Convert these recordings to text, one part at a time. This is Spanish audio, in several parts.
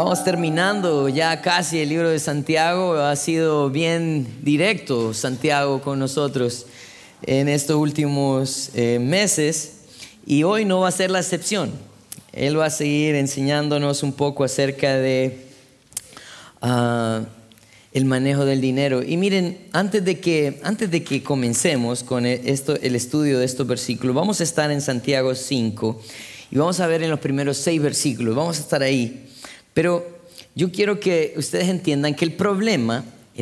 Vamos terminando ya casi el libro de Santiago. Ha sido bien directo Santiago con nosotros en estos últimos meses y hoy no va a ser la excepción. Él va a seguir enseñándonos un poco acerca de el manejo del dinero. Y miren, antes de que comencemos con el estudio de estos versículos, vamos a estar en Santiago 5 y vamos a ver en los primeros 6 versículos. Vamos a estar ahí. Pero yo quiero que ustedes entiendan que el problema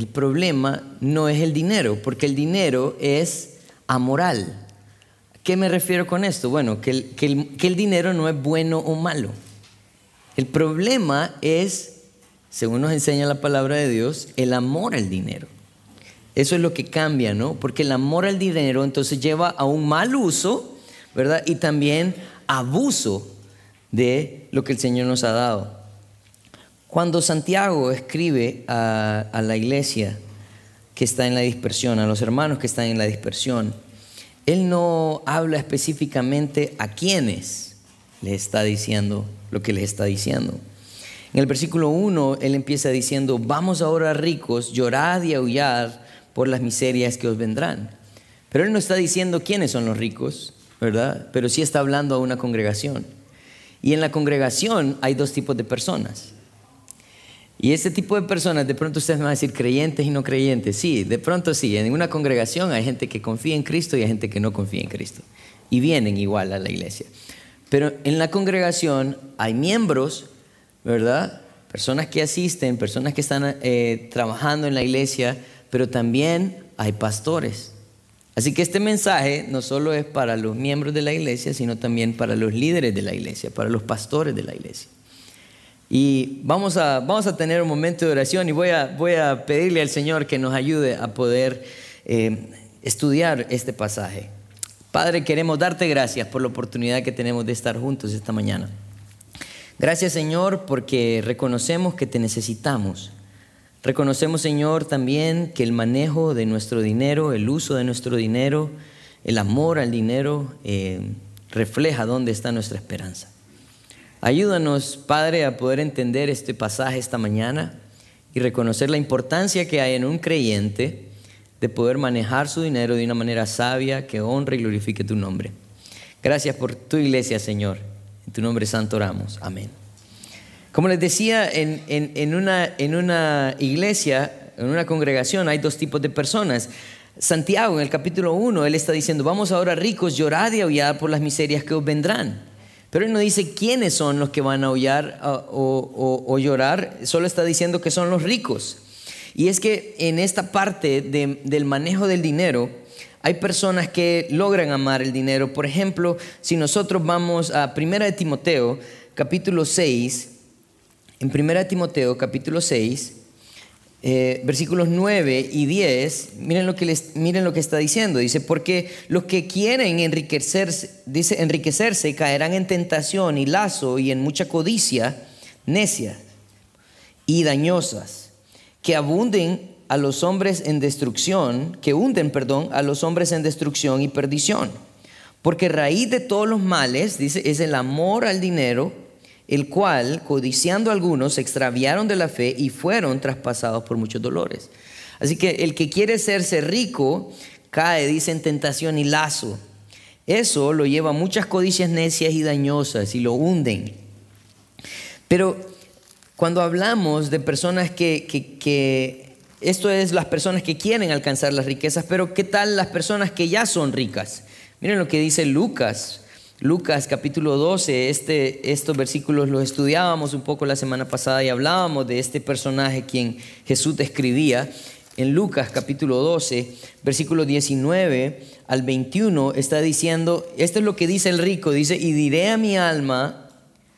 no es el dinero, porque el dinero es amoral. ¿A qué me refiero con esto? Bueno, que el dinero no es bueno o malo. El problema es, según nos enseña la palabra de Dios, el amor al dinero. Eso es lo que cambia, ¿no? Porque el amor al dinero entonces lleva a un mal uso, ¿verdad? Y también abuso de lo que el Señor nos ha dado. Cuando Santiago escribe a la iglesia que está en la dispersión, a los hermanos que están en la dispersión, él no habla específicamente a quiénes les está diciendo lo que les está diciendo. En el versículo 1, él empieza diciendo: vamos ahora ricos, llorad y aullad por las miserias que os vendrán. Pero él no está diciendo quiénes son los ricos, ¿verdad? Pero sí está hablando a una congregación. Y en la congregación hay 2 tipos de personas. Y ese tipo de personas, de pronto ustedes me van a decir creyentes y no creyentes. Sí, de pronto sí. En una congregación hay gente que confía en Cristo y hay gente que no confía en Cristo. Y vienen igual a la iglesia. Pero en la congregación hay miembros, ¿verdad? Personas que asisten, personas que están trabajando en la iglesia, pero también hay pastores. Así que este mensaje no solo es para los miembros de la iglesia, sino también para los líderes de la iglesia, para los pastores de la iglesia. Y vamos a tener un momento de oración y voy a pedirle al Señor que nos ayude a poder estudiar este pasaje. Padre, queremos darte gracias por la oportunidad que tenemos de estar juntos esta mañana. Gracias, Señor, porque reconocemos que te necesitamos. Reconocemos, Señor, también que el manejo de nuestro dinero, el uso de nuestro dinero, el amor al dinero, refleja dónde está nuestra esperanza. Ayúdanos, Padre, a poder entender este pasaje esta mañana y reconocer la importancia que hay en un creyente de poder manejar su dinero de una manera sabia que honre y glorifique tu nombre. Gracias por tu iglesia, Señor. En tu nombre santo oramos. Amén. Como les decía, en una iglesia, en una congregación, hay 2 tipos de personas. Santiago, en el capítulo 1, él está diciendo: vamos ahora ricos, llorad y aullad por las miserias que os vendrán. Pero él no dice quiénes son los que van a aullar o llorar, solo está diciendo que son los ricos. Y es que en esta parte del manejo del dinero, hay personas que logran amar el dinero. Por ejemplo, si nosotros vamos a 1 Timoteo, capítulo 6, en 1 Timoteo, capítulo 6, versículos 9 y 10, miren lo que está diciendo. Dice: porque los que quieren enriquecerse caerán en tentación y lazo y en mucha codicia necia y dañosas, que hunden a los hombres en destrucción y perdición. Porque raíz de todos los males, dice, es el amor al dinero, el cual, codiciando algunos, se extraviaron de la fe y fueron traspasados por muchos dolores. Así que el que quiere hacerse rico cae, dice, en tentación y lazo. Eso lo lleva a muchas codicias necias y dañosas y lo hunden. Pero cuando hablamos de personas que esto es las personas que quieren alcanzar las riquezas, pero ¿qué tal las personas que ya son ricas? Miren lo que dice Lucas capítulo 12, estos versículos los estudiábamos un poco la semana pasada y hablábamos de este personaje quien Jesús describía. En Lucas capítulo 12, versículo 19 al 21 está diciendo, esto es lo que dice el rico, dice: y diré a mi alma,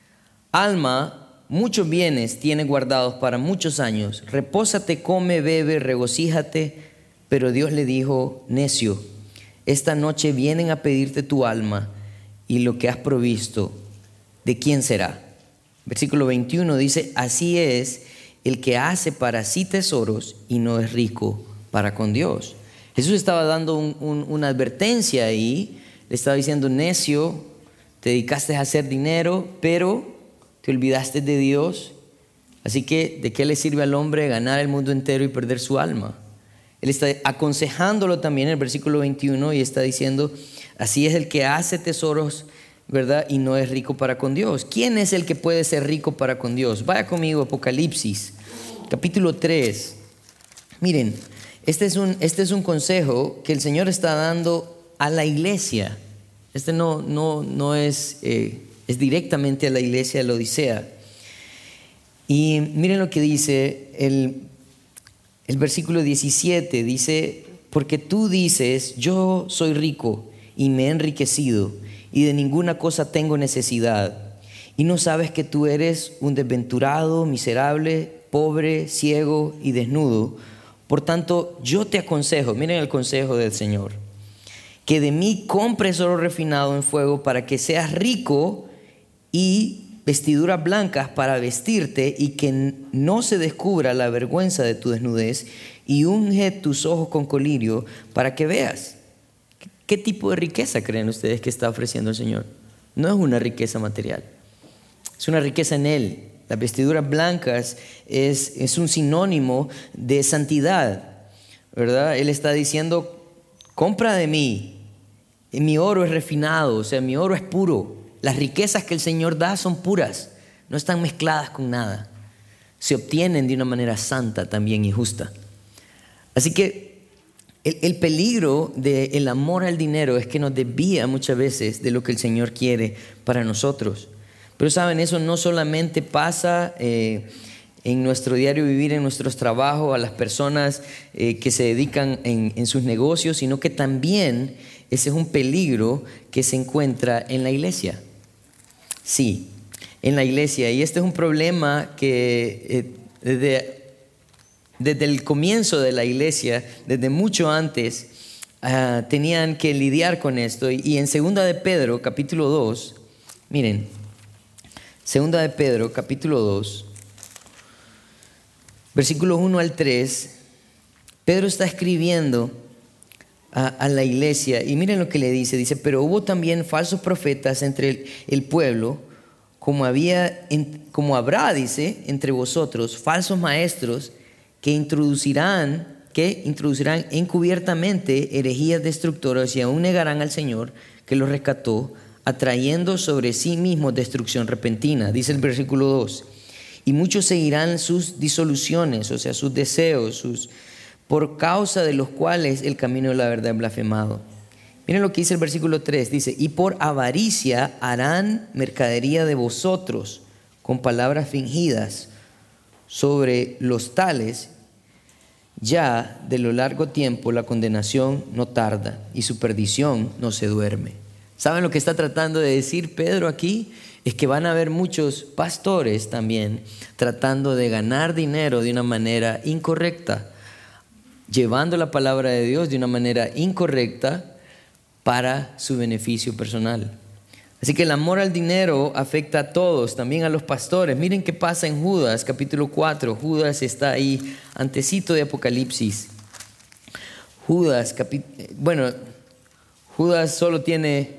muchos bienes tienes guardados para muchos años, repósate, come, bebe, regocíjate. Pero Dios le dijo: necio, esta noche vienen a pedirte tu alma, y lo que has provisto, ¿de quién será? Versículo 21 dice: así es el que hace para sí tesoros y no es rico para con Dios. Jesús estaba dando una advertencia ahí. Le estaba diciendo: necio, te dedicaste a hacer dinero, pero te olvidaste de Dios. Así que, ¿de qué le sirve al hombre ganar el mundo entero y perder su alma? Él está aconsejándolo también en el versículo 21 y está diciendo, así es el que hace tesoros, ¿verdad? Y no es rico para con Dios. ¿Quién es el que puede ser rico para con Dios? Vaya conmigo, Apocalipsis, capítulo 3. Miren, este es un consejo que el Señor está dando a la iglesia. Este no es, es directamente a la iglesia de la Odisea. Y miren lo que dice el versículo 17, dice, porque tú dices, yo soy rico y me he enriquecido y de ninguna cosa tengo necesidad. Y no sabes que tú eres un desventurado, miserable, pobre, ciego y desnudo. Por tanto, yo te aconsejo, miren el consejo del Señor, que de mí compres oro refinado en fuego para que seas rico y vestiduras blancas para vestirte y que no se descubra la vergüenza de tu desnudez y unge tus ojos con colirio para que veas. ¿Qué tipo de riqueza creen ustedes que está ofreciendo el Señor? No es una riqueza material, es una riqueza en Él. Las vestiduras blancas es un sinónimo de santidad, ¿verdad? Él está diciendo, compra de mí, mi oro es refinado, o sea, mi oro es puro. Las riquezas que el Señor da son puras, no están mezcladas con nada. Se obtienen de una manera santa también y justa. Así que el peligro del amor al dinero es que nos desvía muchas veces de lo que el Señor quiere para nosotros. Pero saben, eso no solamente pasa en nuestro diario vivir, en nuestros trabajos, a las personas que se dedican en sus negocios, sino que también ese es un peligro que se encuentra en la iglesia. Sí, en la iglesia. Y este es un problema que desde el comienzo de la iglesia, desde mucho antes, tenían que lidiar con esto. Y en 2 de Pedro, capítulo 2, miren, 2 de Pedro, capítulo 2, versículos 1 al 3, Pedro está escribiendo a la iglesia y miren lo que le dice. Dice, pero hubo también falsos profetas entre el pueblo, como habrá, dice, entre vosotros falsos maestros que introducirán encubiertamente herejías destructoras y aún negarán al Señor que los rescató, atrayendo sobre sí mismos destrucción repentina. Dice el versículo 2, y muchos seguirán sus disoluciones, o sea, sus deseos, por causa de los cuales el camino de la verdad es blasfemado. Miren lo que dice el versículo 3, dice, y por avaricia harán mercadería de vosotros con palabras fingidas. Sobre los tales, ya de lo largo tiempo la condenación no tarda y su perdición no se duerme. ¿Saben lo que está tratando de decir Pedro aquí? Es que van a haber muchos pastores también tratando de ganar dinero de una manera incorrecta, llevando la palabra de Dios de una manera incorrecta para su beneficio personal. Así que el amor al dinero afecta a todos, también a los pastores. Miren qué pasa en Judas, capítulo 4. Judas está ahí, antecito de Apocalipsis. Judas solo tiene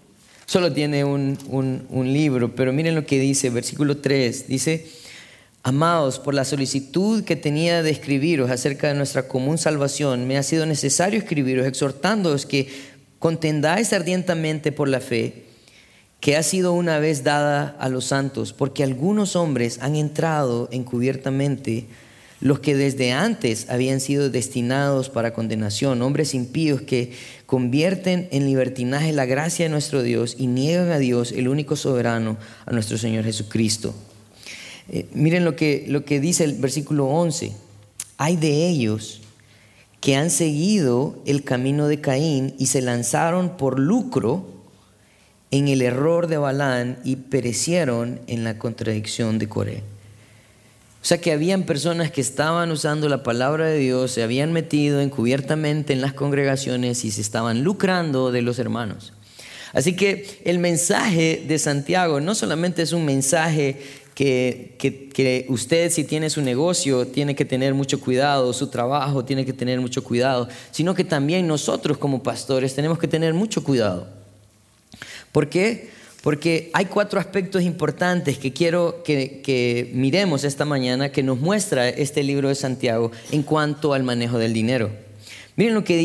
un libro, pero miren lo que dice, versículo 3. Dice, amados, por la solicitud que tenía de escribiros acerca de nuestra común salvación, me ha sido necesario escribiros, exhortándoos que contendáis ardientemente por la fe que ha sido una vez dada a los santos, porque algunos hombres han entrado encubiertamente, los que desde antes habían sido destinados para condenación, hombres impíos que convierten en libertinaje la gracia de nuestro Dios y niegan a Dios, el único soberano, a nuestro Señor Jesucristo. Miren lo que dice el versículo 11. Hay de ellos que han seguido el camino de Caín y se lanzaron por lucro en el error de Balaam y perecieron en la contradicción de Coré. O sea que habían personas que estaban usando la palabra de Dios, se habían metido encubiertamente en las congregaciones y se estaban lucrando de los hermanos. Así que el mensaje de Santiago no solamente es un mensaje que usted, si tiene su negocio, tiene que tener mucho cuidado, su trabajo tiene que tener mucho cuidado, sino que también nosotros como pastores tenemos que tener mucho cuidado. ¿Por qué? porque hay 4 aspectos importantes que quiero que miremos esta mañana que nos muestra este libro de Santiago en cuanto al manejo del dinero. Miren lo que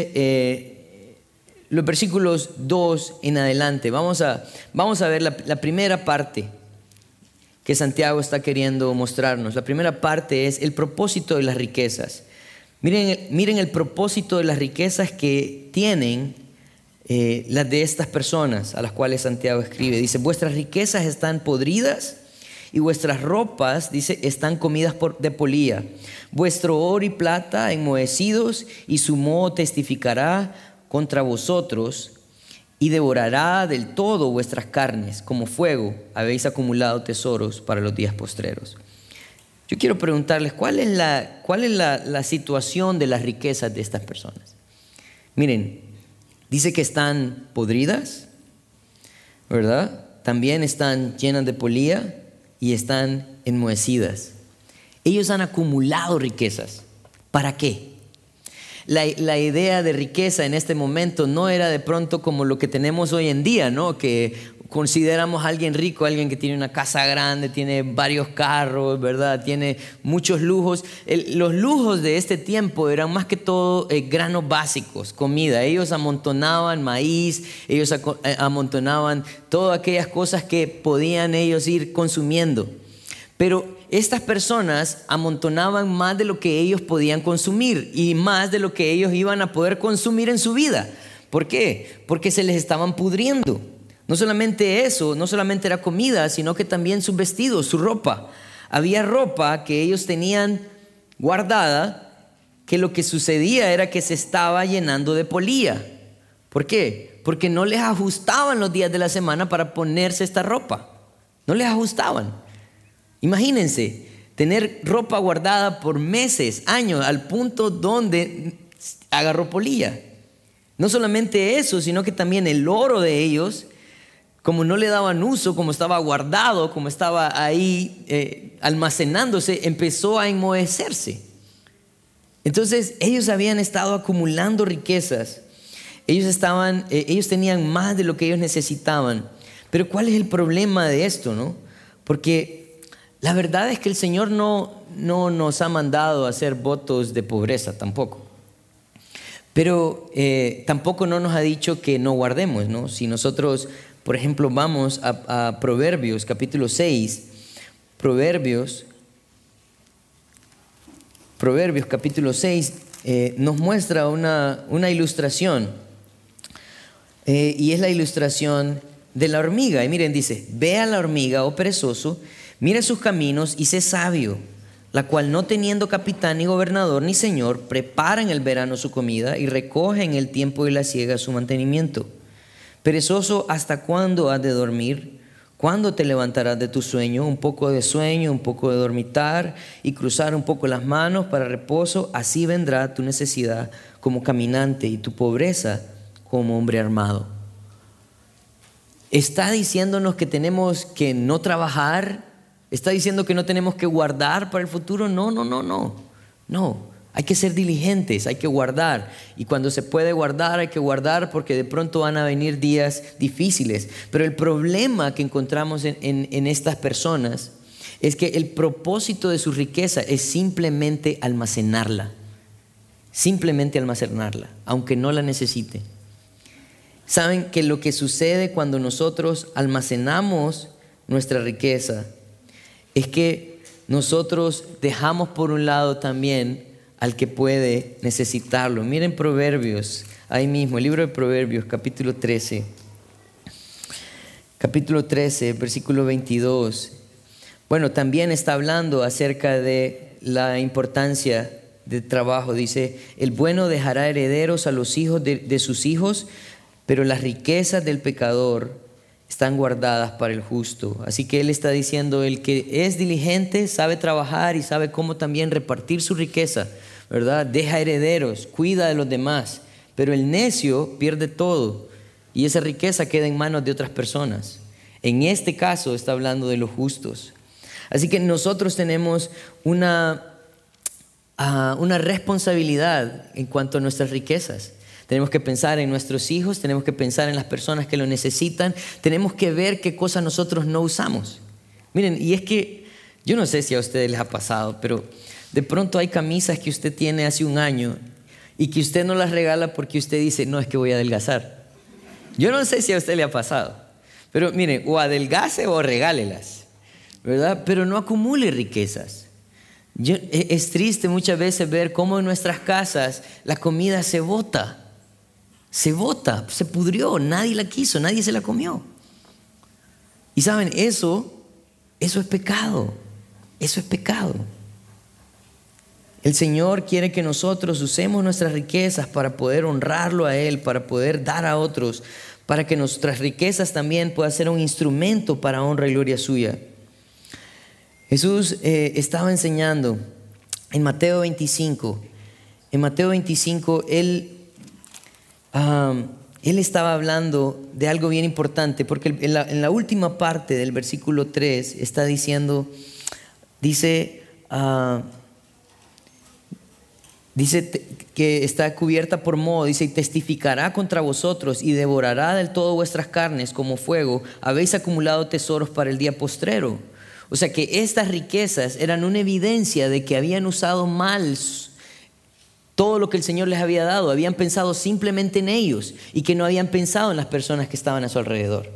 dice los versículos 2 en adelante. Vamos a ver la primera parte que Santiago está queriendo mostrarnos. La primera parte es el propósito de las riquezas. Miren el propósito de las riquezas que tienen las de estas personas a las cuales Santiago escribe. Dice, vuestras riquezas están podridas y vuestras ropas, dice, están comidas de polilla. Vuestro oro y plata enmohecidos, y su moho testificará contra vosotros y devorará del todo vuestras carnes. Como fuego habéis acumulado tesoros para los días postreros. Yo quiero preguntarles, ¿cuál es la situación de las riquezas de estas personas? Miren, dice que están podridas, ¿verdad? También están llenas de polilla y están enmohecidas. Ellos han acumulado riquezas. ¿Para qué? La idea de riqueza en este momento no era de pronto como lo que tenemos hoy en día, ¿no? Que consideramos a alguien rico, alguien que tiene una casa grande, tiene varios carros, ¿verdad? Tiene muchos lujos. Los lujos de este tiempo eran más que todo granos básicos, comida. Ellos amontonaban maíz, ellos amontonaban todas aquellas cosas que podían ellos ir consumiendo. Pero estas personas amontonaban más de lo que ellos podían consumir y más de lo que ellos iban a poder consumir en su vida. ¿Por qué? Porque se les estaban pudriendo. No solamente eso, no solamente era comida, sino que también sus vestidos, su ropa. Había ropa que ellos tenían guardada, que lo que sucedía era que se estaba llenando de polilla. ¿Por qué? Porque no les ajustaban los días de la semana para ponerse esta ropa. No les ajustaban. Imagínense, tener ropa guardada por meses, años, al punto donde agarró polilla. No solamente eso, sino que también el oro de ellos, como no le daban uso, como estaba guardado, como estaba ahí almacenándose, empezó a enmohecerse. Entonces ellos habían estado acumulando riquezas. Ellos tenían más de lo que ellos necesitaban. Pero ¿cuál es el problema de esto, no? Porque la verdad es que el Señor no nos ha mandado a hacer votos de pobreza tampoco. Pero tampoco no nos ha dicho que no guardemos, ¿no? Si nosotros, por ejemplo, vamos a Proverbios capítulo 6, Proverbios capítulo 6 nos muestra una ilustración. Y es la ilustración de la hormiga. Y miren, dice, ve a la hormiga, oh perezoso, mira sus caminos y sé sabio, la cual no teniendo capitán ni gobernador ni señor, prepara en el verano su comida y recoge en el tiempo de la siega su mantenimiento. Perezoso, ¿hasta cuándo has de dormir? ¿Cuándo te levantarás de tu sueño? Un poco de sueño, un poco de dormitar y cruzar un poco las manos para reposo. Así vendrá tu necesidad como caminante y tu pobreza como hombre armado. Está diciéndonos que tenemos que no trabajar. Está diciendo que no tenemos que guardar para el futuro. No. Hay que ser diligentes, hay que guardar. Y cuando se puede guardar, hay que guardar porque de pronto van a venir días difíciles. Pero el problema que encontramos en estas personas es que el propósito de su riqueza es simplemente almacenarla. Simplemente almacenarla, aunque no la necesite. Saben que lo que sucede cuando nosotros almacenamos nuestra riqueza es que nosotros dejamos por un lado también al que puede necesitarlo. Miren Proverbios, ahí mismo, el libro de Proverbios, capítulo 13, versículo 22. Bueno, también está hablando acerca de la importancia del trabajo. Dice, el bueno dejará herederos a los hijos de sus hijos, pero las riquezas del pecador están guardadas para el justo. Así que él está diciendo, el que es diligente sabe trabajar y sabe cómo también repartir su riqueza, ¿verdad? Deja herederos, cuida de los demás, pero el necio pierde todo y esa riqueza queda en manos de otras personas. En este caso está hablando de los justos. Así que nosotros tenemos una responsabilidad en cuanto a nuestras riquezas. tenemos que pensar en nuestros hijos, tenemos que pensar en las personas que lo necesitan, tenemos que ver qué cosas nosotros no usamos. Miren, y es que yo no sé si a ustedes les ha pasado, pero de pronto hay camisas que usted tiene hace un año y que usted no las regala porque usted dice, no, es que voy a adelgazar. Yo no sé si a usted le ha pasado, pero miren, o adelgace o regálelas, ¿verdad? Pero no acumule riquezas. Es triste muchas veces ver cómo en nuestras casas la comida se bota, se pudrió, nadie la quiso, nadie se la comió. Y saben, eso es pecado, eso es pecado. El Señor quiere que nosotros usemos nuestras riquezas para poder honrarlo a Él, para poder dar a otros, para que nuestras riquezas también puedan ser un instrumento para honra y gloria suya. Jesús estaba enseñando en Mateo 25. En Mateo 25, Él estaba hablando de algo bien importante, porque en la última parte del versículo 3 está diciendo, dice que está cubierta por moho, dice, y testificará contra vosotros y devorará del todo vuestras carnes como fuego. Habéis acumulado tesoros para el día postrero. O sea que estas riquezas eran una evidencia de que habían usado mal todo lo que el Señor les había dado. Habían pensado simplemente en ellos y que no habían pensado en las personas que estaban a su alrededor.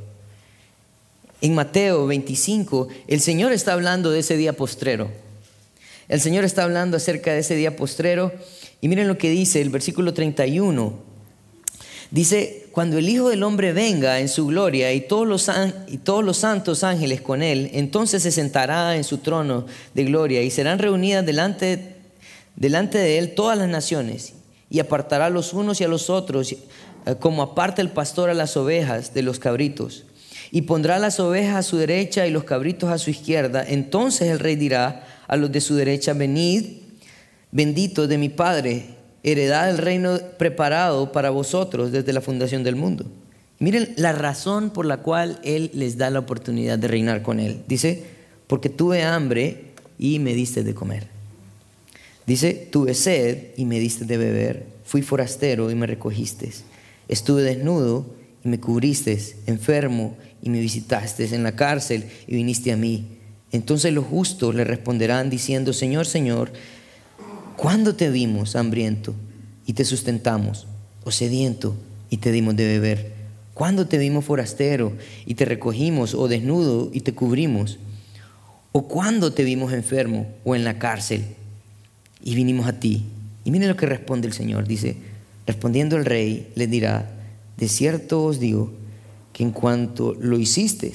En Mateo 25, el Señor está hablando de ese día postrero. El Señor está hablando acerca de ese día postrero. Y miren lo que dice el versículo 31. Dice, cuando el Hijo del Hombre venga en su gloria y todos los santos ángeles con Él, entonces se sentará en su trono de gloria y serán reunidas delante de Él todas las naciones, y apartará a los unos y a los otros, como aparta el pastor a las ovejas de los cabritos. Y pondrá las ovejas a su derecha y los cabritos a su izquierda. Entonces el Rey dirá a los de su derecha, venid, benditos de mi Padre, heredad el reino preparado para vosotros desde la fundación del mundo. Miren la razón por la cual Él les da la oportunidad de reinar con Él. Dice, porque tuve hambre y me diste de comer. Dice, tuve sed y me diste de beber. Fui forastero y me recogiste. Estuve desnudo y me cubriste, enfermo y me visitaste, en la cárcel y viniste a mí. Entonces los justos le responderán diciendo, Señor, Señor, ¿cuándo te vimos hambriento y te sustentamos, o sediento y te dimos de beber? ¿Cuándo te vimos forastero y te recogimos, o desnudo y te cubrimos? ¿O cuándo te vimos enfermo o en la cárcel y vinimos a ti? Y miren lo que responde el Señor. Dice, respondiendo el Rey les dirá, de cierto os digo que en cuanto lo hiciste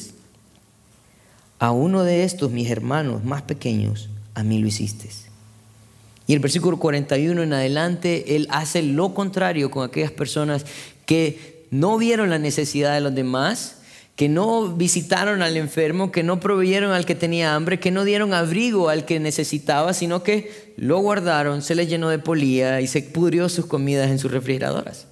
a uno de estos mis hermanos más pequeños, a mí lo hiciste. Y el versículo 41 en adelante, Él hace lo contrario con aquellas personas que no vieron la necesidad de los demás, que no visitaron al enfermo, que no proveyeron al que tenía hambre, que no dieron abrigo al que necesitaba, sino que lo guardaron, se les llenó de polilla y se pudrió sus comidas en sus refrigeradoras.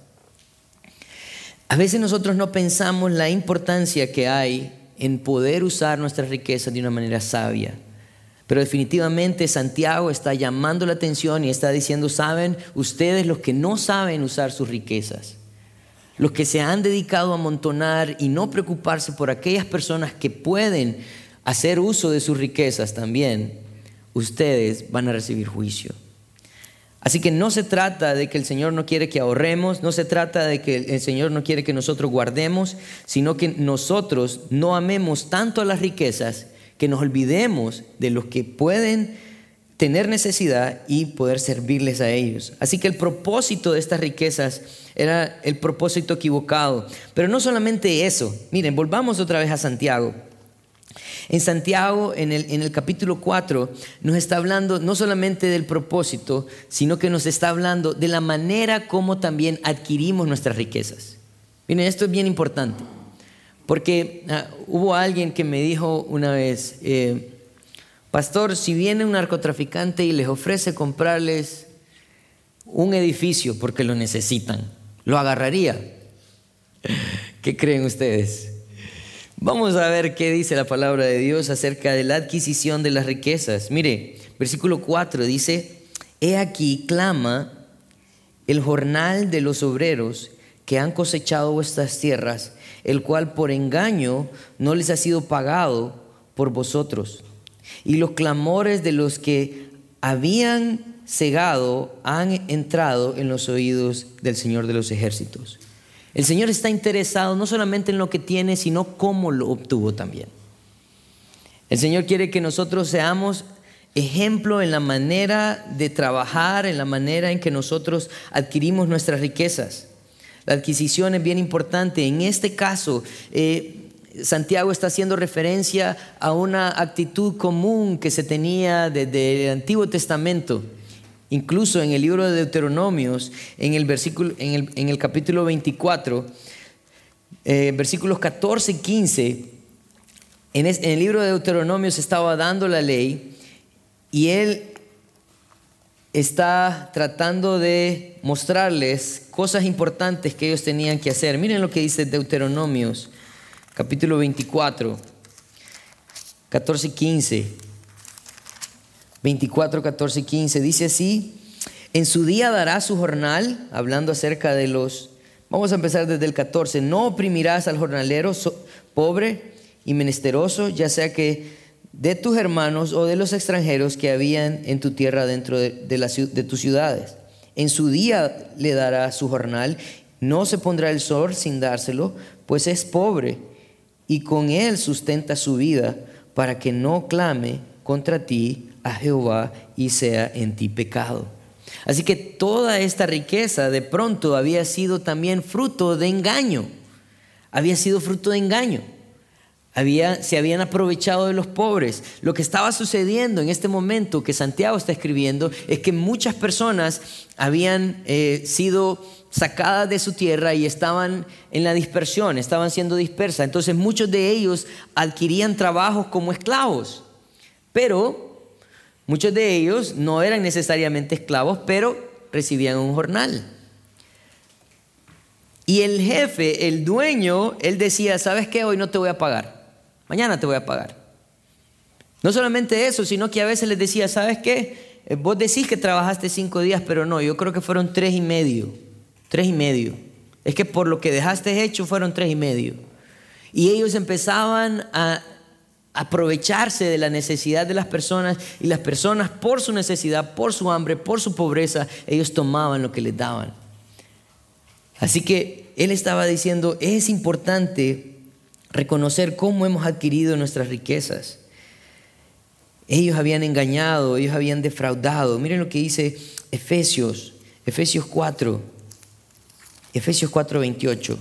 A veces nosotros no pensamos la importancia que hay en poder usar nuestras riquezas de una manera sabia. Pero definitivamente Santiago está llamando la atención y está diciendo, ¿saben? Ustedes, los que no saben usar sus riquezas, los que se han dedicado a amontonar y no preocuparse por aquellas personas que pueden hacer uso de sus riquezas también, ustedes van a recibir juicio. Así que no se trata de que el Señor no quiere que ahorremos, no se trata de que el Señor no quiere que nosotros guardemos, sino que nosotros no amemos tanto a las riquezas que nos olvidemos de los que pueden tener necesidad y poder servirles a ellos. Así que el propósito de estas riquezas era el propósito equivocado. Pero no solamente eso. Miren, volvamos otra vez a Santiago. En Santiago, en el capítulo 4, nos está hablando no solamente del propósito, sino que nos está hablando de la manera como también adquirimos nuestras riquezas. Miren, esto es bien importante, porque hubo alguien que me dijo una vez, pastor, si viene un narcotraficante y les ofrece comprarles un edificio porque lo necesitan, ¿lo agarraría? ¿Qué creen ustedes? Vamos a ver qué dice la palabra de Dios acerca de la adquisición de las riquezas. Mire, versículo 4 dice, he aquí clama el jornal de los obreros que han cosechado vuestras tierras, el cual por engaño no les ha sido pagado por vosotros. Y los clamores de los que habían cegado han entrado en los oídos del Señor de los ejércitos. El Señor está interesado no solamente en lo que tiene, sino cómo lo obtuvo también. El Señor quiere que nosotros seamos ejemplo en la manera de trabajar, en la manera en que nosotros adquirimos nuestras riquezas. La adquisición es bien importante. En este caso, Santiago está haciendo referencia a una actitud común que se tenía desde el Antiguo Testamento. Incluso en el libro de Deuteronomios, en el capítulo 24, versículos 14 y 15, en el libro de Deuteronomio se estaba dando la ley y él está tratando de mostrarles cosas importantes que ellos tenían que hacer. Miren lo que dice Deuteronomios, capítulo 24, 14 y 15. 24, 14 y 15. Dice así: en su día dará su jornal, hablando acerca de vamos a empezar desde el 14. No oprimirás al jornalero pobre y menesteroso, ya sea que de tus hermanos o de los extranjeros que habían en tu tierra dentro de tus ciudades. En su día le dará su jornal, no se pondrá el sol sin dárselo, pues es pobre, y con él sustenta su vida, para que no clame contra ti a Jehová y sea en ti pecado. Así que toda esta riqueza de pronto había sido también fruto de engaño. Había sido fruto de engaño. Se habían aprovechado de los pobres. Lo que estaba sucediendo en este momento que Santiago está escribiendo es que muchas personas habían sido sacadas de su tierra y estaban en la dispersión, estaban siendo dispersas. Entonces muchos de ellos adquirían trabajos como esclavos, pero muchos de ellos no eran necesariamente esclavos, pero recibían un jornal. Y el jefe, el dueño, él decía: ¿sabes qué? Hoy no te voy a pagar, mañana te voy a pagar. No solamente eso, sino que a veces les decía: ¿sabes qué? Vos decís que trabajaste 5 días, pero no, yo creo que fueron 3 y medio. 3 y medio. Es que por lo que dejaste hecho fueron 3 y medio. Y ellos empezaban a aprovecharse de la necesidad de las personas, y las personas, por su necesidad, por su hambre, por su pobreza, ellos tomaban lo que les daban. Así que él estaba diciendo: es importante reconocer cómo hemos adquirido nuestras riquezas. Ellos habían engañado, ellos habían defraudado. Miren lo que dice Efesios 4, Efesios 4:28.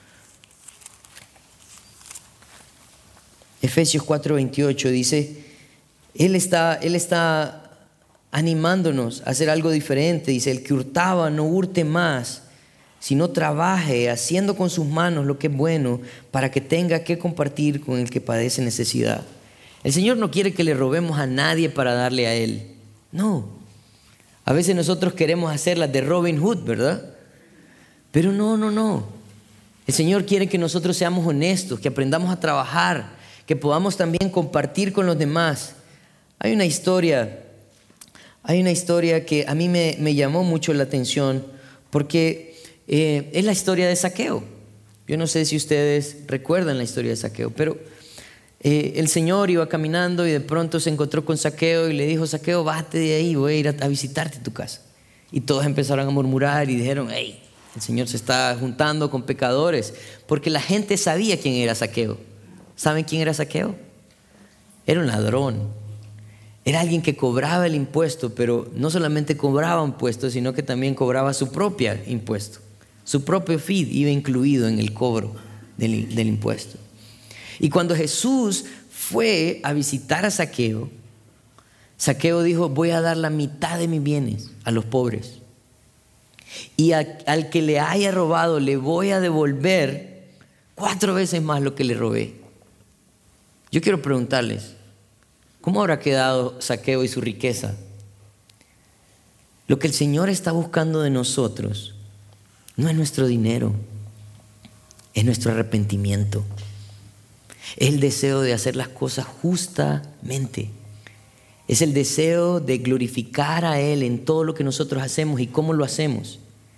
Efesios 4:28 dice, Él está animándonos a hacer algo diferente. Dice: el que hurtaba no hurte más, sino trabaje haciendo con sus manos lo que es bueno, para que tenga que compartir con el que padece necesidad. El Señor no quiere que le robemos a nadie para darle a Él. No. A veces nosotros queremos hacer las de Robin Hood, ¿verdad? Pero no. El Señor quiere que nosotros seamos honestos, que aprendamos a trabajar, que podamos también compartir con los demás. Hay una historia que a mí me llamó mucho la atención, porque es la historia de Zaqueo. Yo no sé si ustedes recuerdan la historia de Zaqueo, pero el Señor iba caminando y de pronto se encontró con Zaqueo y le dijo: Zaqueo, bájate de ahí, voy a ir a visitarte tu casa. Y todos empezaron a murmurar y dijeron: hey, el Señor se está juntando con pecadores, porque la gente sabía quién era Zaqueo. ¿Saben quién era Zaqueo? Era un ladrón. Era alguien que cobraba el impuesto, pero no solamente cobraba impuestos, sino que también cobraba su propio impuesto. Su propio fee iba incluido en el cobro del impuesto. Y cuando Jesús fue a visitar a Zaqueo, Zaqueo dijo: voy a dar la mitad de mis bienes a los pobres. Y al que le haya robado le voy a devolver 4 veces más lo que le robé. Yo quiero preguntarles: ¿cómo habrá quedado Zaqueo y su riqueza? Lo que el Señor está buscando de nosotros no es nuestro dinero, es nuestro arrepentimiento. Es el deseo de hacer las cosas justamente. Es el deseo de glorificar a Él en todo lo que nosotros hacemos y cómo lo hacemos.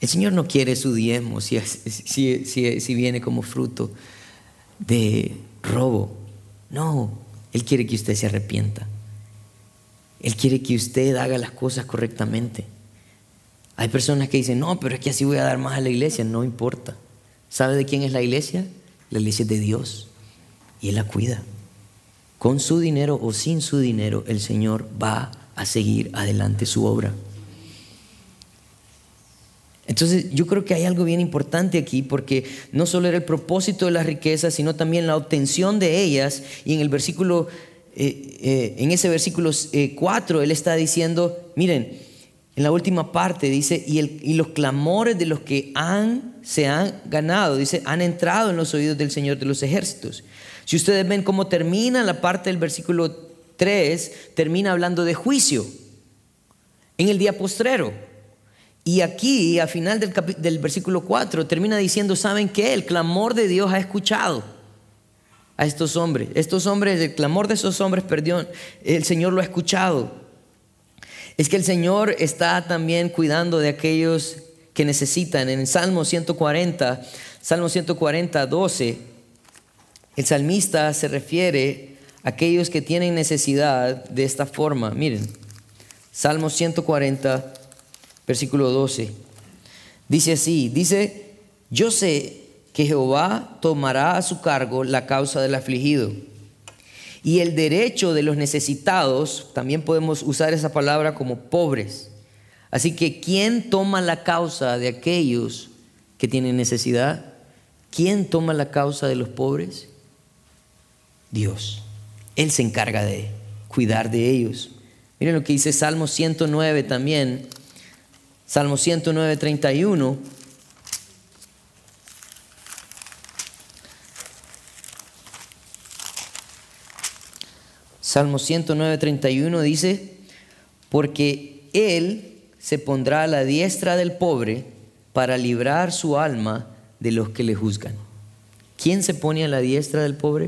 El Señor no quiere su diezmo si viene como fruto de robo. No, Él quiere que usted se arrepienta. Él quiere que usted haga las cosas correctamente. Hay personas que dicen, no, pero es que así voy a dar más a la iglesia. No importa. ¿Sabe de quién es la iglesia? La iglesia es de Dios y Él la cuida. Con su dinero o sin su dinero, el Señor va a seguir adelante su obra. Entonces yo creo que hay algo bien importante aquí, porque no solo era el propósito de las riquezas, sino también la obtención de ellas. Y en el versículo, en ese versículo 4, Él está diciendo, miren, en la última parte dice, y los clamores de los que se han ganado, dice, han entrado en los oídos del Señor de los ejércitos. Si ustedes ven cómo termina la parte del versículo 3, termina hablando de juicio en el día postrero. Y aquí, al final del versículo 4, termina diciendo, ¿saben qué? El clamor de Dios ha escuchado a estos hombres. El clamor de esos hombres, perdón, el Señor lo ha escuchado. Es que el Señor está también cuidando de aquellos que necesitan. En el Salmo 140, 12, el salmista se refiere a aquellos que tienen necesidad de esta forma. Miren, Salmo 140, versículo 12. Dice así, yo sé que Jehová tomará a su cargo la causa del afligido y el derecho de los necesitados. También podemos usar esa palabra como pobres. Así que ¿quién toma la causa de aquellos que tienen necesidad? ¿Quién toma la causa de los pobres? Dios. Él se encarga de cuidar de ellos. Miren lo que dice Salmo 109 también. Salmo 109, 31. Salmo 109, 31 dice, porque Él se pondrá a la diestra del pobre para librar su alma de los que le juzgan. ¿Quién se pone a la diestra del pobre?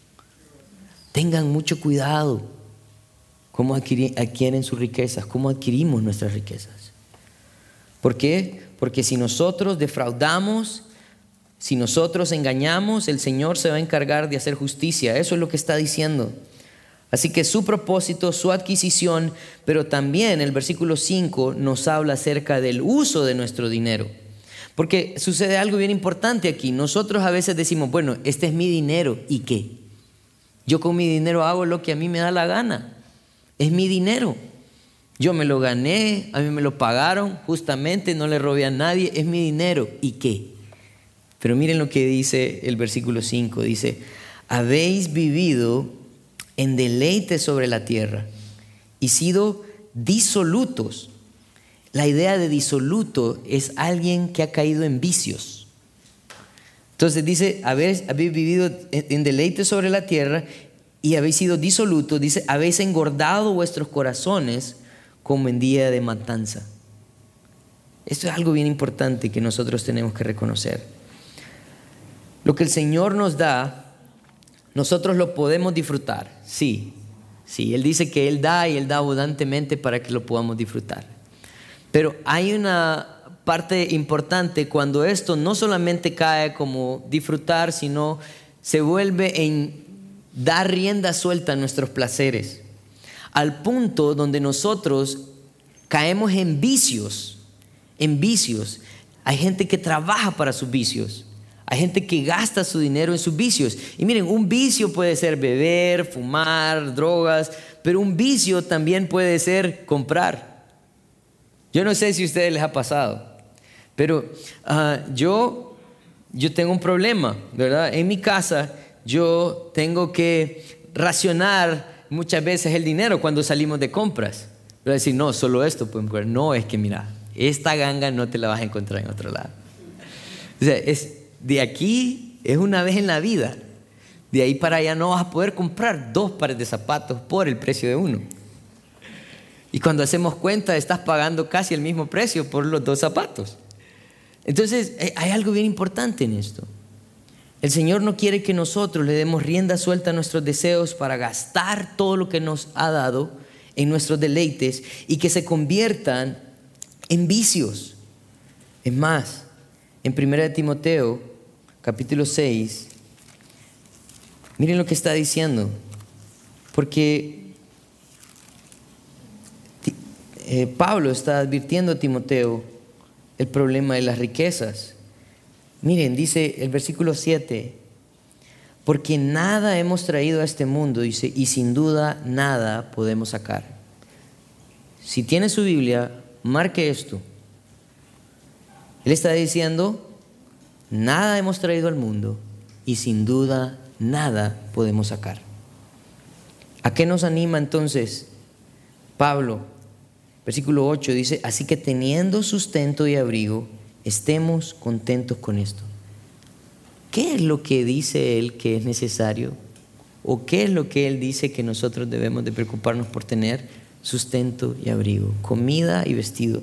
Tengan mucho cuidado cómo adquieren sus riquezas, cómo adquirimos nuestras riquezas. ¿Por qué? Porque si nosotros defraudamos, si nosotros engañamos, el Señor se va a encargar de hacer justicia. Eso es lo que está diciendo. Así que su propósito, su adquisición, pero también el versículo 5 nos habla acerca del uso de nuestro dinero. Porque sucede algo bien importante aquí. Nosotros a veces decimos, bueno, este es mi dinero, ¿y qué? Yo con mi dinero hago lo que a mí me da la gana. Es mi dinero. Yo me lo gané, a mí me lo pagaron justamente, no le robé a nadie, es mi dinero. ¿Y qué? Pero miren lo que dice el versículo 5. Dice, habéis vivido en deleite sobre la tierra y sido disolutos. La idea de disoluto es alguien que ha caído en vicios. Entonces dice, habéis vivido en deleite sobre la tierra y habéis sido disolutos. Dice, habéis engordado vuestros corazones como en día de matanza. Esto es algo bien importante que nosotros tenemos que reconocer. Lo que el Señor nos da, nosotros lo podemos disfrutar. Sí, Él dice que Él da y Él da abundantemente para que lo podamos disfrutar. Pero hay una parte importante cuando esto no solamente cae como disfrutar, sino se vuelve en dar rienda suelta a nuestros placeres, al punto donde nosotros caemos en vicios. Hay gente que trabaja para sus vicios. Hay gente que gasta su dinero en sus vicios. Y miren, un vicio puede ser beber, fumar, drogas, pero un vicio también puede ser comprar. Yo no sé si a ustedes les ha pasado, pero yo tengo un problema, ¿verdad? En mi casa yo tengo que racionar muchas veces el dinero cuando salimos de compras. Voy a decir, no, solo esto, pues, no, es que mira, esta ganga no te la vas a encontrar en otro lado. O sea, de aquí es una vez en la vida. De ahí para allá no vas a poder comprar 2 pares de zapatos por el precio de uno. Y cuando hacemos cuenta, estás pagando casi el mismo precio por los 2 zapatos. Entonces, hay algo bien importante en esto. El Señor no quiere que nosotros le demos rienda suelta a nuestros deseos para gastar todo lo que nos ha dado en nuestros deleites y que se conviertan en vicios. Es más, en 1 Timoteo, capítulo 6, miren lo que está diciendo. Porque Pablo está advirtiendo a Timoteo el problema de las riquezas. Miren, dice el versículo 7, porque nada hemos traído a este mundo, dice, y sin duda nada podemos sacar. Si tiene su Biblia, marque esto. Él está diciendo, nada hemos traído al mundo y sin duda nada podemos sacar. ¿A qué nos anima entonces Pablo? Versículo 8 dice, así que teniendo sustento y abrigo, estemos contentos con esto. ¿Qué es lo que dice él que es necesario? ¿O qué es lo que él dice que nosotros debemos de preocuparnos por tener? Sustento y abrigo, comida y vestido.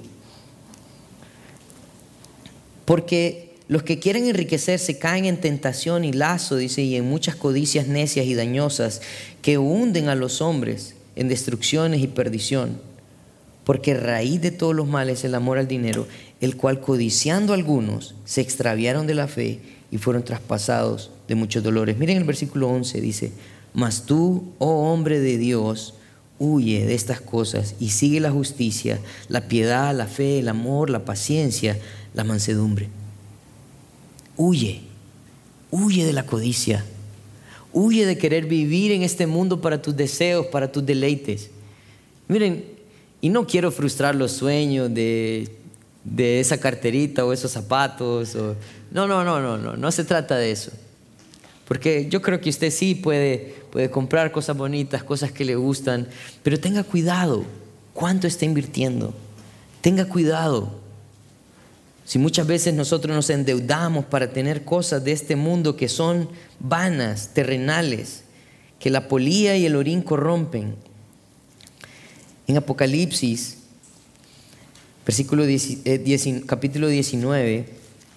Porque los que quieren enriquecerse caen en tentación y lazo, dice, y en muchas codicias necias y dañosas que hunden a los hombres en destrucciones y perdición. Porque raíz de todos los males es el amor al dinero, el cual codiciando algunos se extraviaron de la fe y fueron traspasados de muchos dolores. Miren el versículo 11, dice, mas tú, oh hombre de Dios, huye de estas cosas y sigue la justicia, la piedad, la fe, el amor, la paciencia, la mansedumbre. Huye de la codicia, huye de querer vivir en este mundo para tus deseos, para tus deleites. Miren, y no quiero frustrar los sueños de esa carterita o esos zapatos. No se trata de eso. Porque yo creo que usted sí puede comprar cosas bonitas, cosas que le gustan, pero tenga cuidado cuánto está invirtiendo. Tenga cuidado. Si muchas veces nosotros nos endeudamos para tener cosas de este mundo que son vanas, terrenales, que la polilla y el orín corrompen. En Apocalipsis, capítulo 19,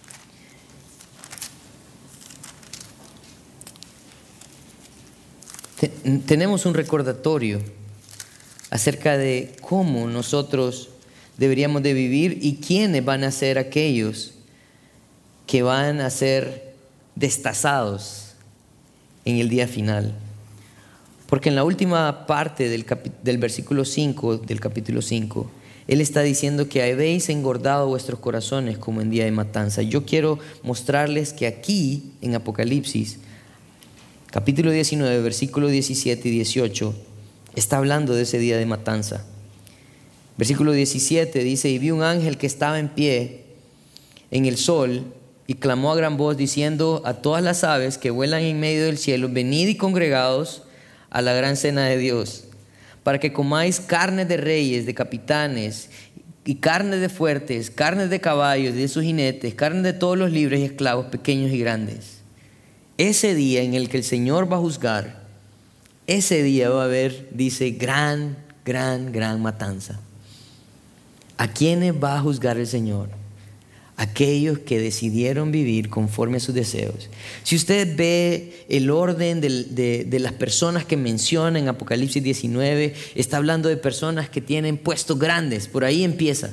tenemos un recordatorio acerca de cómo nosotros deberíamos de vivir y quiénes van a ser aquellos que van a ser destazados en el día final. Porque en la última parte del versículo 5 del capítulo 5, Él está diciendo que habéis engordado vuestros corazones como en día de matanza. Yo quiero mostrarles que aquí en Apocalipsis, capítulo 19, versículos 17 y 18, está hablando de ese día de matanza. Versículo 17 dice, y vi un ángel que estaba en pie en el sol y clamó a gran voz diciendo a todas las aves que vuelan en medio del cielo, venid y congregaos a la gran cena de Dios, para que comáis carne de reyes, de capitanes, y carne de fuertes, carne de caballos y de sus jinetes, carne de todos los libres y esclavos, pequeños y grandes. Ese día en el que el Señor va a juzgar, ese día va a haber, dice, gran matanza. ¿A quiénes va a juzgar el Señor? Aquellos que decidieron vivir conforme a sus deseos. Si usted ve el orden de las personas que menciona en Apocalipsis 19, está hablando de personas que tienen puestos grandes, por ahí empieza.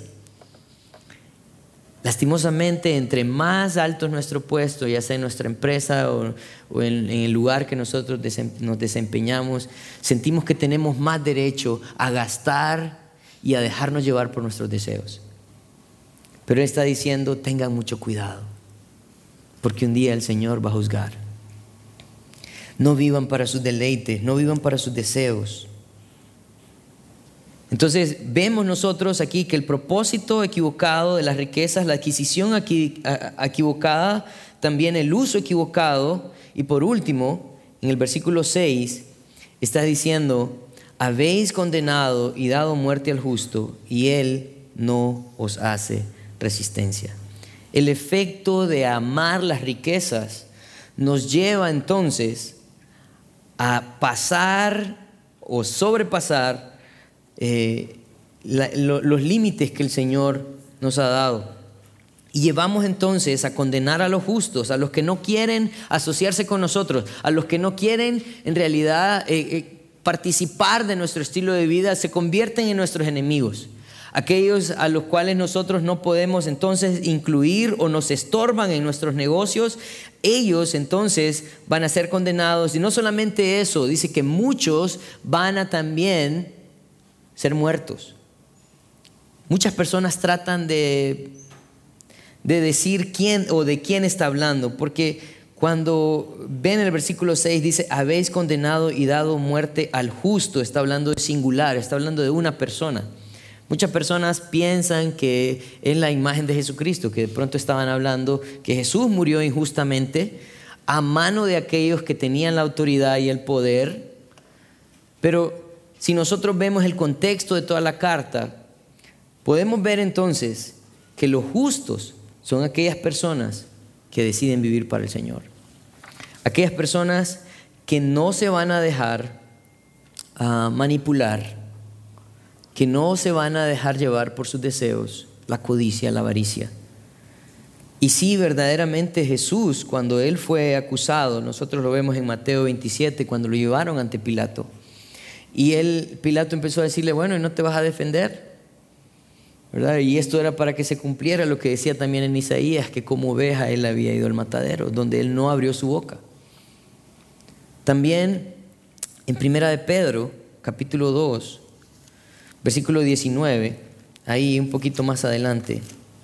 Lastimosamente, entre más alto es nuestro puesto, ya sea en nuestra empresa o en el lugar que nosotros nos desempeñamos, sentimos que tenemos más derecho a gastar y a dejarnos llevar por nuestros deseos. Pero Él está diciendo, tengan mucho cuidado, porque un día el Señor va a juzgar. No vivan para sus deleites, no vivan para sus deseos. Entonces vemos nosotros aquí que el propósito equivocado de las riquezas, la adquisición equivocada, también el uso equivocado, y por último, en el versículo 6, está diciendo, habéis condenado y dado muerte al justo, y Él no os hace resistencia. El efecto de amar las riquezas nos lleva entonces a pasar o sobrepasar los límites que el Señor nos ha dado. Y llevamos entonces a condenar a los justos, a los que no quieren asociarse con nosotros, a los que no quieren en realidad participar de nuestro estilo de vida, se convierten en nuestros enemigos. aquellos a los cuales nosotros no podemos entonces incluir o nos estorban en nuestros negocios, ellos entonces van a ser condenados. Y no solamente eso, dice que muchos van a también ser muertos. Muchas personas tratan de decir quién o de quién está hablando, porque cuando ven el versículo 6 dice, habéis condenado y dado muerte al justo. Está hablando de singular, está hablando de una persona. Muchas personas piensan que es la imagen de Jesucristo, que de pronto estaban hablando que Jesús murió injustamente a mano de aquellos que tenían la autoridad y el poder. Pero si nosotros vemos el contexto de toda la carta, podemos ver entonces que los justos son aquellas personas que deciden vivir para el Señor. Aquellas personas que no se van a dejar manipular, que no se van a dejar llevar por sus deseos, la codicia, la avaricia. Y sí, verdaderamente Jesús, cuando Él fue acusado, nosotros lo vemos en Mateo 27, cuando lo llevaron ante Pilato. Y Pilato empezó a decirle, bueno, ¿y no te vas a defender? ¿Verdad? Y esto era para que se cumpliera lo que decía también en Isaías, que como oveja Él había ido al matadero, donde Él no abrió su boca. También en Primera de Pedro, capítulo 2, versículo 19, ahí un poquito más adelante,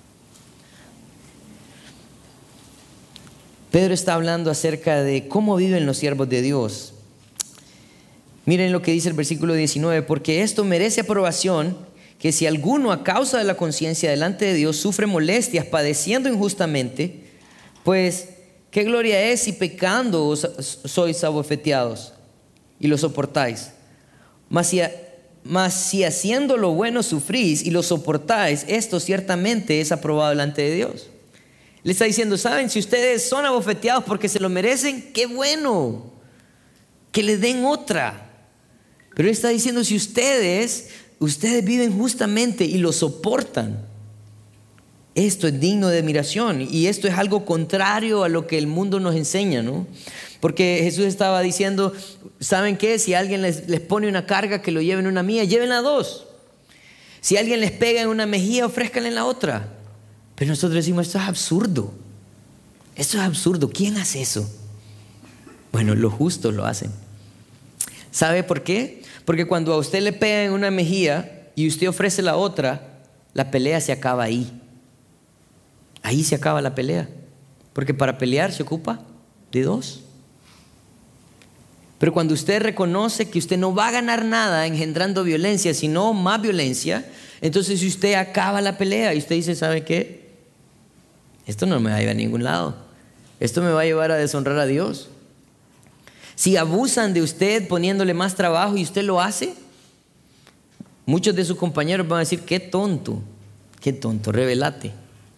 Pedro está hablando acerca de cómo viven los siervos de Dios. Miren lo que dice el versículo 19, porque esto merece aprobación, que si alguno a causa de la conciencia delante de Dios sufre molestias padeciendo injustamente, pues qué gloria es si pecando sois abofeteados y lo soportáis. Mas si haciendo lo bueno sufrís y lo soportáis, esto ciertamente es aprobado delante de Dios. Le está diciendo, ¿saben? Si ustedes son abofeteados porque se lo merecen, qué bueno, que les den otra. Pero él está diciendo, si ustedes viven justamente y lo soportan, esto es digno de admiración. Y esto es algo contrario a lo que el mundo nos enseña, ¿no? Porque Jesús estaba diciendo, ¿saben qué? Si alguien les pone una carga, que lo lleven una milla, llévenla dos. Si alguien les pega en una mejilla, ofrézcanle en la otra. Pero nosotros decimos, esto es absurdo. Esto es absurdo. ¿Quién hace eso? Bueno, los justos lo hacen. ¿Sabe por qué? Porque cuando a usted le pega en una mejilla y usted ofrece la otra, la pelea se acaba ahí. Ahí se acaba la pelea. Porque para pelear se ocupa de dos. Pero cuando usted reconoce que usted no va a ganar nada engendrando violencia, sino más violencia, entonces si usted acaba la pelea y usted dice, ¿sabe qué? Esto no me va a llevar a ningún lado. Esto me va a llevar a deshonrar a Dios. Si abusan de usted poniéndole más trabajo y usted lo hace, muchos de sus compañeros van a decir, qué tonto, rebélate.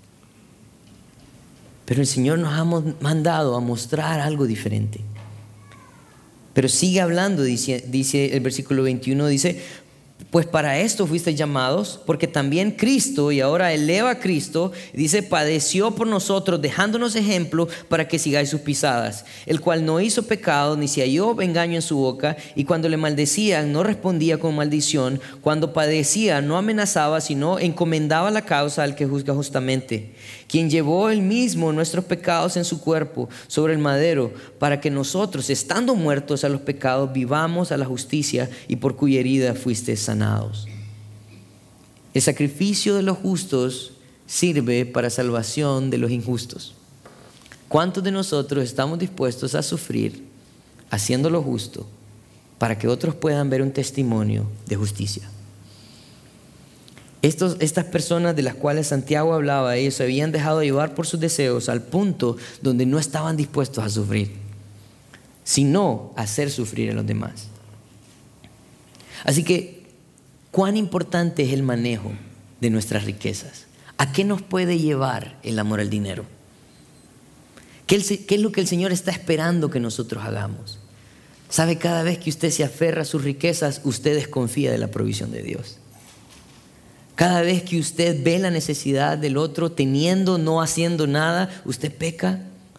Pero el Señor nos ha mandado a mostrar algo diferente. Pero sigue hablando, dice el versículo 21, dice, pues para esto fuisteis llamados, porque también Cristo, y ahora eleva a Cristo, dice, padeció por nosotros, dejándonos ejemplo para que sigáis sus pisadas, el cual no hizo pecado, ni se halló engaño en su boca, y cuando le maldecían no respondía con maldición, cuando padecía no amenazaba, sino encomendaba la causa al que juzga justamente, quien llevó él mismo nuestros pecados en su cuerpo sobre el madero, para que nosotros, estando muertos a los pecados, vivamos a la justicia, y por cuya herida fuisteis sanados. El sacrificio de los justos sirve para salvación de los injustos. ¿Cuántos de nosotros estamos dispuestos a sufrir haciendo lo justo para que otros puedan ver un testimonio de justicia? Estas personas de las cuales Santiago hablaba, ellos se habían dejado llevar por sus deseos al punto donde no estaban dispuestos a sufrir, sino a hacer sufrir a los demás. Así que, ¿cuán importante es el manejo de nuestras riquezas? ¿A qué nos puede llevar el amor al dinero? ¿Qué es lo que el Señor está esperando que nosotros hagamos? ¿Sabe? Cada vez que usted se aferra a sus riquezas, usted desconfía de la provisión de Dios. Cada vez que usted ve la necesidad del otro, teniendo, no haciendo nada, usted peca.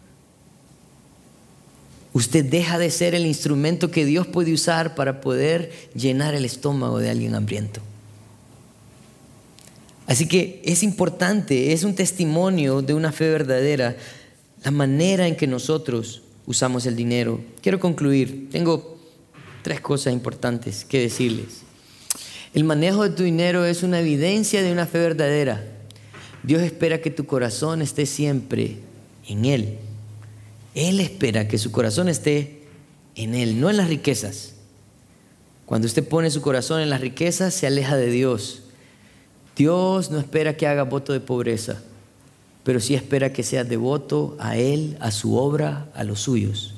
Usted deja de ser el instrumento que Dios puede usar para poder llenar el estómago de alguien hambriento. Así que es importante, es un testimonio de una fe verdadera, la manera en que nosotros usamos el dinero. Quiero concluir, tengo 3 cosas importantes que decirles. El manejo de tu dinero es una evidencia de una fe verdadera. Dios espera que tu corazón esté siempre en Él. Él espera que su corazón esté en Él, no en las riquezas. Cuando usted pone su corazón en las riquezas, se aleja de Dios. Dios no espera que haga voto de pobreza, pero sí espera que seas devoto a Él, a su obra, a los suyos.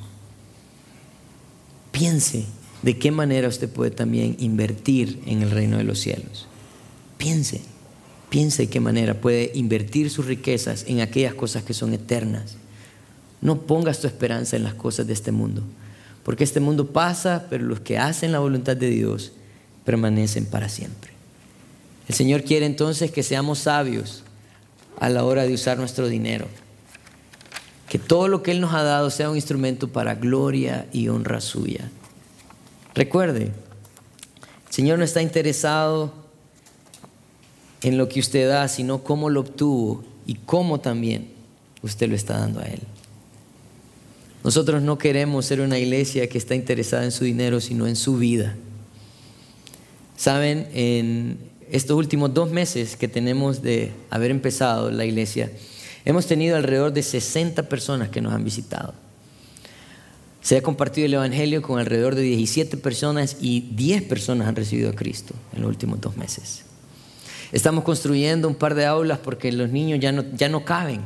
Piense de qué manera usted puede también invertir en el reino de los cielos. Piense de qué manera puede invertir sus riquezas en aquellas cosas que son eternas. No pongas tu esperanza en las cosas de este mundo, porque este mundo pasa, pero los que hacen la voluntad de Dios permanecen para siempre. El Señor quiere entonces que seamos sabios a la hora de usar nuestro dinero. Que todo lo que Él nos ha dado sea un instrumento para gloria y honra suya. Recuerde, el Señor no está interesado en lo que usted da, sino cómo lo obtuvo y cómo también usted lo está dando a Él. Nosotros no queremos ser una iglesia que está interesada en su dinero, sino en su vida. Saben, en estos últimos 2 meses que tenemos de haber empezado la iglesia, hemos tenido alrededor de 60 personas que nos han visitado. Se ha compartido el evangelio con alrededor de 17 personas y 10 personas han recibido a Cristo en los últimos 2 meses. Estamos construyendo un par de aulas porque los niños ya no caben.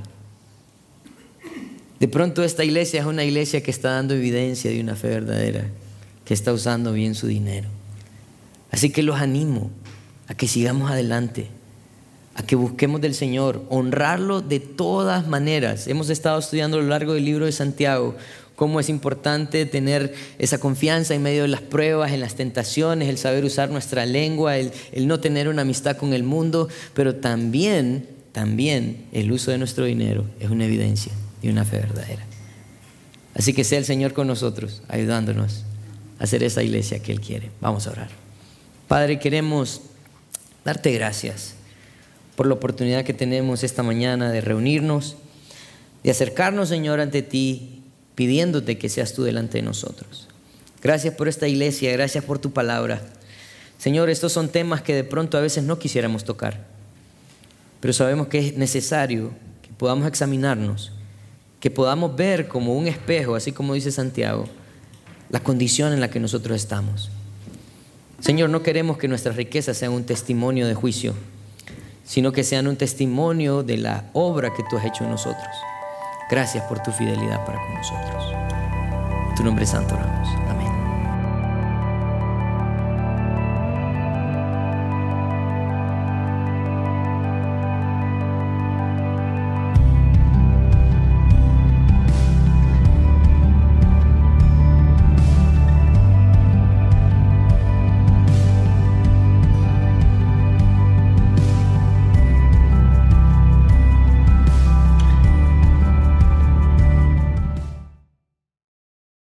De pronto esta iglesia es una iglesia que está dando evidencia de una fe verdadera, que está usando bien su dinero. Así que los animo a que sigamos adelante, a que busquemos del Señor, honrarlo de todas maneras. Hemos estado estudiando a lo largo del libro de Santiago cómo es importante tener esa confianza en medio de las pruebas, en las tentaciones, el saber usar nuestra lengua, el no tener una amistad con el mundo, pero también el uso de nuestro dinero es una evidencia de una fe verdadera. Así que sea el Señor con nosotros, ayudándonos a hacer esa iglesia que Él quiere. Vamos a orar. Padre, queremos darte gracias por la oportunidad que tenemos esta mañana de reunirnos, de acercarnos, Señor, ante ti, pidiéndote que seas tú delante de nosotros. Gracias por esta iglesia, gracias por tu palabra. Señor, estos son temas que de pronto a veces no quisiéramos tocar, pero sabemos que es necesario que podamos examinarnos, que podamos ver como un espejo, así como dice Santiago, la condición en la que nosotros estamos. Señor, no queremos que nuestras riquezas sean un testimonio de juicio, sino que sean un testimonio de la obra que tú has hecho en nosotros. Gracias por tu fidelidad para con nosotros. En tu nombre santo oramos. Amén.